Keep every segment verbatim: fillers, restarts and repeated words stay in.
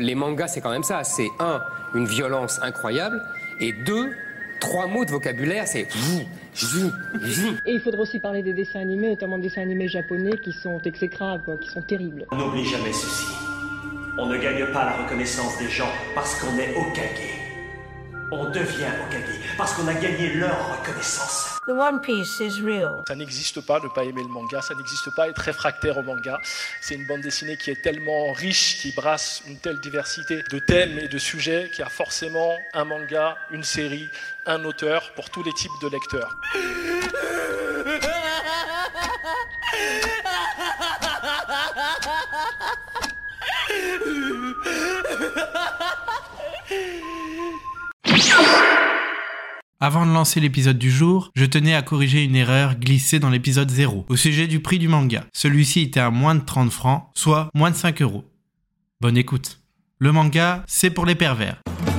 les mangas, c'est quand même ça. C'est un, une violence incroyable, et deux, trois mots de vocabulaire, c'est... Et il faudra aussi parler des dessins animés, notamment des dessins animés japonais qui sont exécrables, quoi, qui sont terribles. On n'oublie jamais ceci. On ne gagne pas la reconnaissance des gens parce qu'on est Hokage. On devient Hokage parce qu'on a gagné leur reconnaissance. The One Piece is real. Ça n'existe pas de ne pas aimer le manga, ça n'existe pas être réfractaire au manga. C'est une bande dessinée qui est tellement riche, qui brasse une telle diversité de thèmes et de sujets qu'il y a forcément un manga, une série, un auteur pour tous les types de lecteurs. Avant de lancer l'épisode du jour, je tenais à corriger une erreur glissée dans l'épisode zéro, au sujet du prix du manga. Celui-ci était à moins de trente francs, soit moins de cinq euros. Bonne écoute. Le manga, c'est pour les pervers.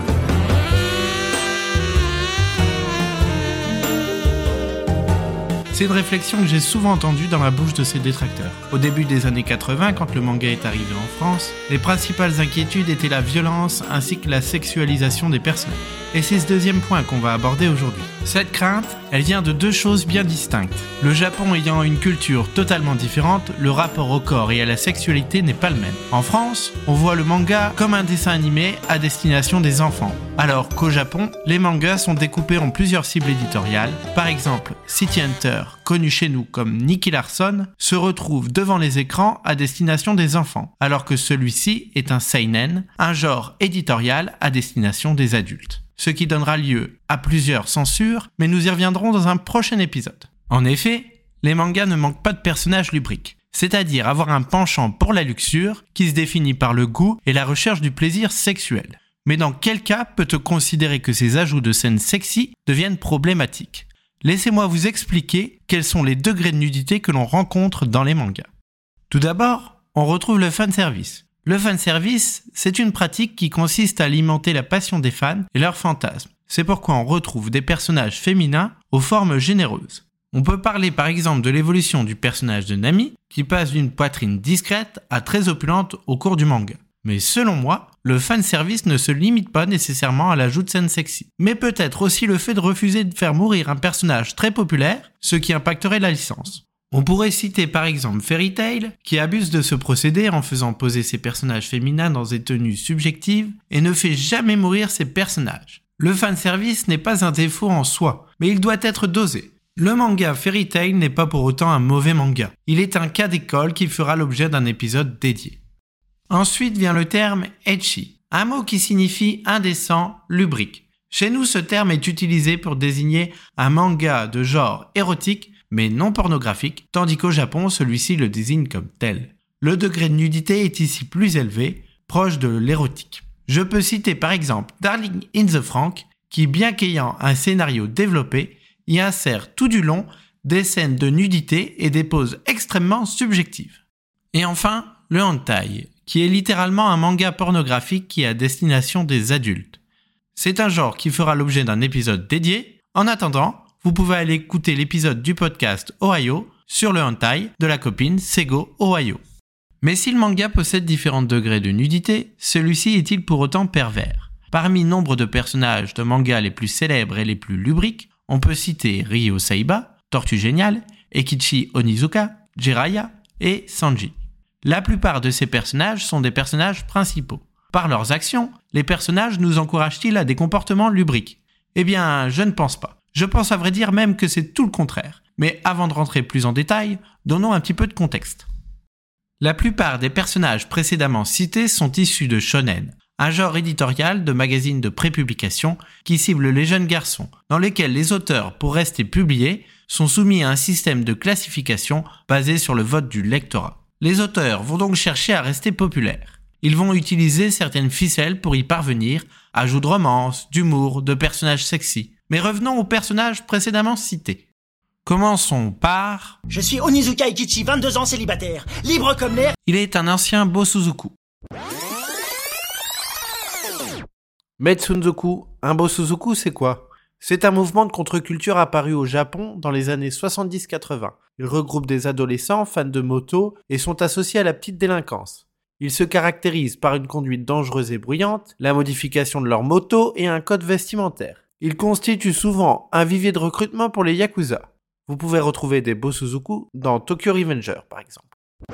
C'est une réflexion que j'ai souvent entendue dans la bouche de ses détracteurs. Au début des années quatre-vingts, quand le manga est arrivé en France, les principales inquiétudes étaient la violence ainsi que la sexualisation des personnages. Et c'est ce deuxième point qu'on va aborder aujourd'hui. Cette crainte, elle vient de deux choses bien distinctes. Le Japon ayant une culture totalement différente, le rapport au corps et à la sexualité n'est pas le même. En France, on voit le manga comme un dessin animé à destination des enfants. Alors qu'au Japon, les mangas sont découpés en plusieurs cibles éditoriales. Par exemple, City Hunter, connu chez nous comme Nicky Larson, se retrouve devant les écrans à destination des enfants, alors que celui-ci est un seinen, un genre éditorial à destination des adultes. Ce qui donnera lieu à plusieurs censures, mais nous y reviendrons dans un prochain épisode. En effet, les mangas ne manquent pas de personnages lubriques, c'est-à-dire avoir un penchant pour la luxure qui se définit par le goût et la recherche du plaisir sexuel. Mais dans quel cas peut-on considérer que ces ajouts de scènes sexy deviennent problématiques ? Laissez-moi vous expliquer quels sont les degrés de nudité que l'on rencontre dans les mangas. Tout d'abord, on retrouve le fanservice. Le fanservice, c'est une pratique qui consiste à alimenter la passion des fans et leurs fantasmes. C'est pourquoi on retrouve des personnages féminins aux formes généreuses. On peut parler par exemple de l'évolution du personnage de Nami, qui passe d'une poitrine discrète à très opulente au cours du manga. Mais selon moi, le fanservice ne se limite pas nécessairement à l'ajout de scènes sexy, mais peut-être aussi le fait de refuser de faire mourir un personnage très populaire, ce qui impacterait la licence. On pourrait citer par exemple Fairy Tail, qui abuse de ce procédé en faisant poser ses personnages féminins dans des tenues subjectives et ne fait jamais mourir ses personnages. Le fanservice n'est pas un défaut en soi, mais il doit être dosé. Le manga Fairy Tail n'est pas pour autant un mauvais manga. Il est un cas d'école qui fera l'objet d'un épisode dédié. Ensuite vient le terme ecchi, un mot qui signifie indécent, lubrique. Chez nous, ce terme est utilisé pour désigner un manga de genre érotique mais non pornographique, tandis qu'au Japon, celui-ci le désigne comme tel. Le degré de nudité est ici plus élevé, proche de l'érotique. Je peux citer par exemple Darling in the Franxx, qui bien qu'ayant un scénario développé, y insère tout du long des scènes de nudité et des poses extrêmement subjectives. Et enfin, le hentai, qui est littéralement un manga pornographique qui est à destination des adultes. C'est un genre qui fera l'objet d'un épisode dédié. En attendant, vous pouvez aller écouter l'épisode du podcast Ohio sur le hentai de la copine Sego Ohio. Mais si le manga possède différents degrés de nudité, celui-ci est-il pour autant pervers ? Parmi nombre de personnages de manga les plus célèbres et les plus lubriques, on peut citer Ryo Saiba, Tortue Géniale, Ekichi Onizuka, Jiraiya et Sanji. La plupart de ces personnages sont des personnages principaux. Par leurs actions, les personnages nous encouragent-ils à des comportements lubriques ? Eh bien, je ne pense pas. Je pense à vrai dire même que c'est tout le contraire. Mais avant de rentrer plus en détail, donnons un petit peu de contexte. La plupart des personnages précédemment cités sont issus de shonen, un genre éditorial de magazines de prépublication qui cible les jeunes garçons, dans lesquels les auteurs, pour rester publiés, sont soumis à un système de classification basé sur le vote du lectorat. Les auteurs vont donc chercher à rester populaires. Ils vont utiliser certaines ficelles pour y parvenir, ajout de romance, d'humour, de personnages sexy. Mais revenons aux personnages précédemment cités. Commençons par... Je suis Onizuka Ikichi, vingt-deux ans, célibataire, libre comme l'air. Il est un ancien Bosuzoku. Metsunzoku, un Bosuzoku, c'est quoi ? C'est un mouvement de contre-culture apparu au Japon dans les années soixante-dix quatre-vingts. Il regroupe des adolescents, fans de moto et sont associés à la petite délinquance. Ils se caractérisent par une conduite dangereuse et bruyante, la modification de leur moto et un code vestimentaire. Ils constituent souvent un vivier de recrutement pour les Yakuza. Vous pouvez retrouver des Bosuzoku dans Tokyo Revenger par exemple.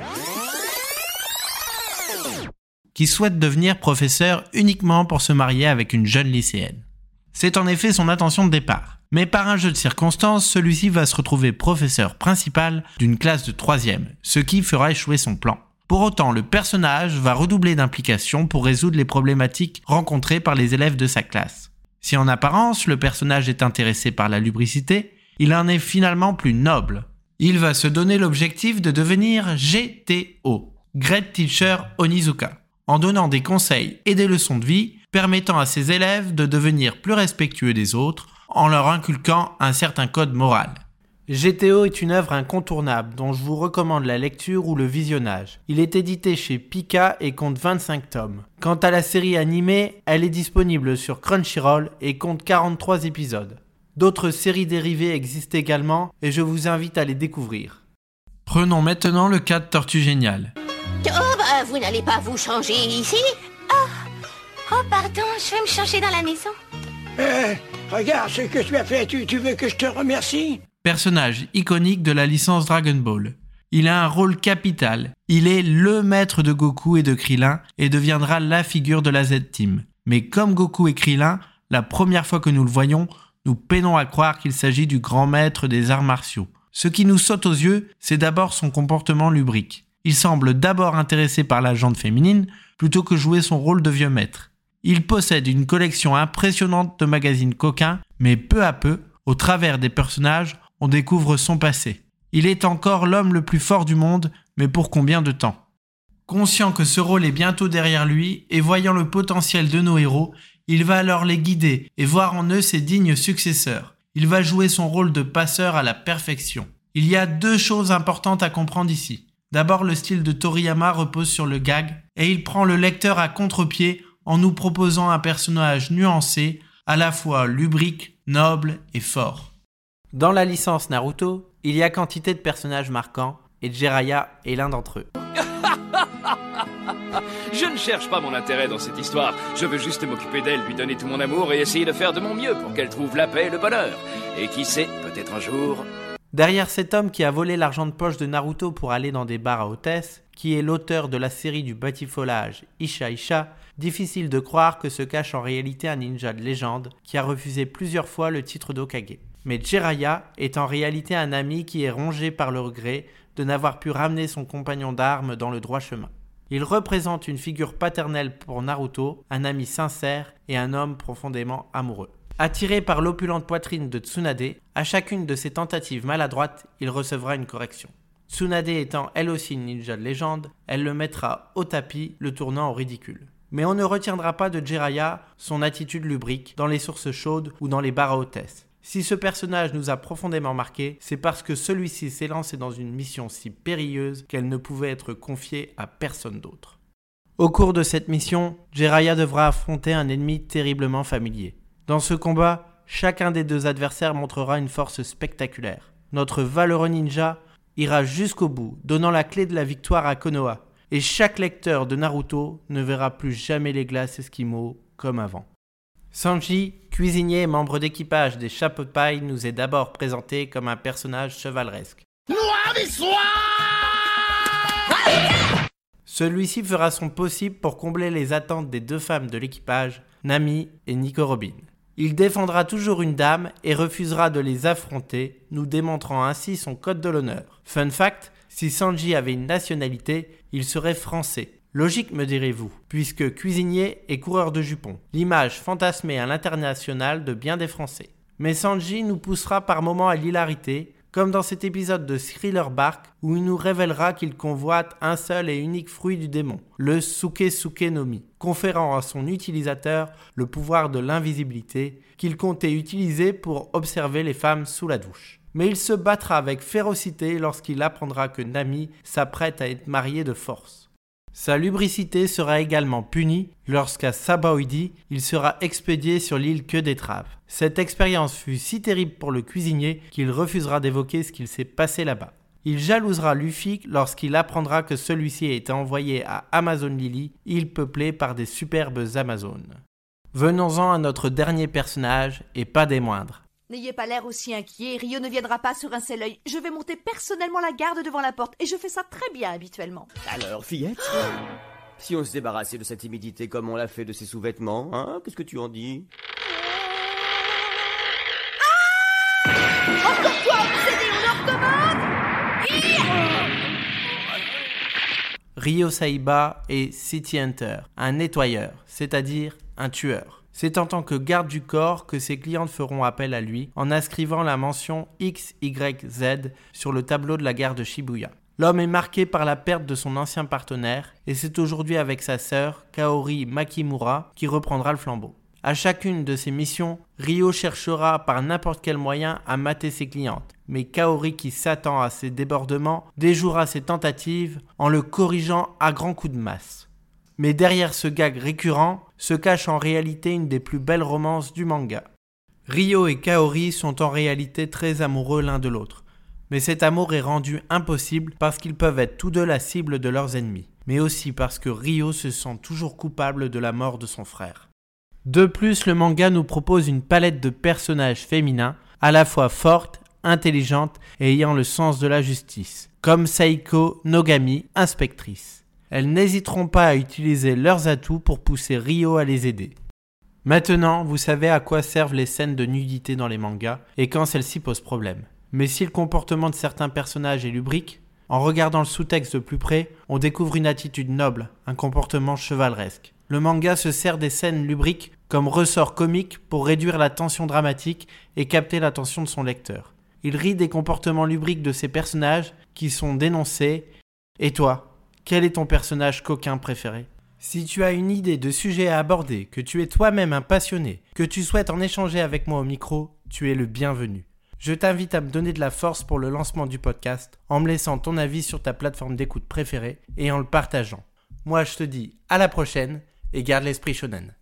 Qui souhaite devenir professeur uniquement pour se marier avec une jeune lycéenne. C'est en effet son intention de départ. Mais par un jeu de circonstances, celui-ci va se retrouver professeur principal d'une classe de troisième, ce qui fera échouer son plan. Pour autant, le personnage va redoubler d'implication pour résoudre les problématiques rencontrées par les élèves de sa classe. Si en apparence, le personnage est intéressé par la lubricité, il en est finalement plus noble. Il va se donner l'objectif de devenir G T O, Great Teacher Onizuka, en donnant des conseils et des leçons de vie permettant à ses élèves de devenir plus respectueux des autres en leur inculquant un certain code moral. G T O est une œuvre incontournable dont je vous recommande la lecture ou le visionnage. Il est édité chez Pika et compte vingt-cinq tomes. Quant à la série animée, elle est disponible sur Crunchyroll et compte quarante-trois épisodes. D'autres séries dérivées existent également et je vous invite à les découvrir. Prenons maintenant le cas de Tortue Géniale. Oh bah, vous n'allez pas vous changer ici? Oh, oh pardon, je vais me changer dans la maison. Euh, regarde ce que tu as fait, tu, tu veux que je te remercie? Personnage iconique de la licence Dragon Ball. Il a un rôle capital. Il est le maître de Goku et de Krillin et deviendra la figure de la Z-Team. Mais comme Goku et Krillin, la première fois que nous le voyons, nous peinons à croire qu'il s'agit du grand maître des arts martiaux. Ce qui nous saute aux yeux, c'est d'abord son comportement lubrique. Il semble d'abord intéressé par la jante féminine plutôt que jouer son rôle de vieux maître. Il possède une collection impressionnante de magazines coquins, mais peu à peu, au travers des personnages, on découvre son passé. Il est encore l'homme le plus fort du monde, mais pour combien de temps? Conscient que ce rôle est bientôt derrière lui, et voyant le potentiel de nos héros, il va alors les guider et voir en eux ses dignes successeurs. Il va jouer son rôle de passeur à la perfection. Il y a deux choses importantes à comprendre ici. D'abord, le style de Toriyama repose sur le gag, et il prend le lecteur à contre-pied en nous proposant un personnage nuancé, à la fois lubrique, noble et fort. Dans la licence Naruto, il y a quantité de personnages marquants, et Jiraiya est l'un d'entre eux. Je ne cherche pas mon intérêt dans cette histoire, je veux juste m'occuper d'elle, lui donner tout mon amour et essayer de faire de mon mieux pour qu'elle trouve la paix et le bonheur. Et qui sait, peut-être un jour... Derrière cet homme qui a volé l'argent de poche de Naruto pour aller dans des bars à hôtesse, qui est l'auteur de la série du batifolage Isha Isha, difficile de croire que se cache en réalité un ninja de légende qui a refusé plusieurs fois le titre d'Hokage. Mais Jiraiya est en réalité un ami qui est rongé par le regret de n'avoir pu ramener son compagnon d'armes dans le droit chemin. Il représente une figure paternelle pour Naruto, un ami sincère et un homme profondément amoureux. Attiré par l'opulente poitrine de Tsunade, à chacune de ses tentatives maladroites, il recevra une correction. Tsunade étant elle aussi une ninja de légende, elle le mettra au tapis, le tournant au ridicule. Mais on ne retiendra pas de Jiraiya son attitude lubrique dans les sources chaudes ou dans les bars à hôtesse. Si ce personnage nous a profondément marqué, c'est parce que celui-ci s'est lancé dans une mission si périlleuse qu'elle ne pouvait être confiée à personne d'autre. Au cours de cette mission, Jiraiya devra affronter un ennemi terriblement familier. Dans ce combat, chacun des deux adversaires montrera une force spectaculaire. Notre valeureux ninja ira jusqu'au bout, donnant la clé de la victoire à Konoha. Et chaque lecteur de Naruto ne verra plus jamais les glaces Eskimo comme avant. Sanji, cuisinier et membre d'équipage des chapeaux de paille, nous est d'abord présenté comme un personnage chevaleresque. Noir d'histoire! Celui-ci fera son possible pour combler les attentes des deux femmes de l'équipage, Nami et Nico Robin. Il défendra toujours une dame et refusera de les affronter, nous démontrant ainsi son code de l'honneur. Fun fact, si Sanji avait une nationalité, il serait français. Logique me direz-vous, puisque cuisinier et coureur de jupons, l'image fantasmée à l'international de bien des Français. Mais Sanji nous poussera par moments à l'hilarité, comme dans cet épisode de Thriller Bark où il nous révélera qu'il convoite un seul et unique fruit du démon, le Suke Suke no Mi, conférant à son utilisateur le pouvoir de l'invisibilité qu'il comptait utiliser pour observer les femmes sous la douche. Mais il se battra avec férocité lorsqu'il apprendra que Nami s'apprête à être mariée de force. Sa lubricité sera également punie lorsqu'à Sabaody, il sera expédié sur l'île Queue d'Étrave. Cette expérience fut si terrible pour le cuisinier qu'il refusera d'évoquer ce qu'il s'est passé là-bas. Il jalousera Luffy lorsqu'il apprendra que celui-ci a été envoyé à Amazon Lily, île peuplée par des superbes Amazones. Venons-en à notre dernier personnage, et pas des moindres. N'ayez pas l'air aussi inquiet, Rio ne viendra pas sur un seul œil. Je vais monter personnellement la garde devant la porte, et je fais ça très bien habituellement. Alors, fillette, si on se débarrassait de sa timidité comme on l'a fait de ses sous-vêtements, hein, qu'est-ce que tu en dis? Ah! Encore toi, obsédé, on leur demande! Ryo Saiba est City Hunter, un nettoyeur, c'est-à-dire un tueur. C'est en tant que garde du corps que ses clientes feront appel à lui en inscrivant la mention X Y Z sur le tableau de la gare de Shibuya. L'homme est marqué par la perte de son ancien partenaire et c'est aujourd'hui avec sa sœur, Kaori Makimura, qui reprendra le flambeau. À chacune de ses missions, Ryo cherchera par n'importe quel moyen à mater ses clientes, mais Kaori, qui s'attend à ses débordements, déjouera ses tentatives en le corrigeant à grands coups de masse. Mais derrière ce gag récurrent se cache en réalité une des plus belles romances du manga. Ryo et Kaori sont en réalité très amoureux l'un de l'autre, mais cet amour est rendu impossible parce qu'ils peuvent être tous deux la cible de leurs ennemis, mais aussi parce que Ryo se sent toujours coupable de la mort de son frère. De plus, le manga nous propose une palette de personnages féminins, à la fois fortes, intelligentes et ayant le sens de la justice, comme Saiko Nogami, inspectrice. Elles n'hésiteront pas à utiliser leurs atouts pour pousser Ryo à les aider. Maintenant, vous savez à quoi servent les scènes de nudité dans les mangas et quand celles-ci posent problème. Mais si le comportement de certains personnages est lubrique, en regardant le sous-texte de plus près, on découvre une attitude noble, un comportement chevaleresque. Le manga se sert des scènes lubriques comme ressort comique pour réduire la tension dramatique et capter l'attention de son lecteur. Il rit des comportements lubriques de ses personnages qui sont dénoncés. Et toi, quel est ton personnage coquin préféré ? Si tu as une idée de sujet à aborder, que tu es toi-même un passionné, que tu souhaites en échanger avec moi au micro, tu es le bienvenu. Je t'invite à me donner de la force pour le lancement du podcast en me laissant ton avis sur ta plateforme d'écoute préférée et en le partageant. Moi, je te dis à la prochaine et garde l'esprit shonen.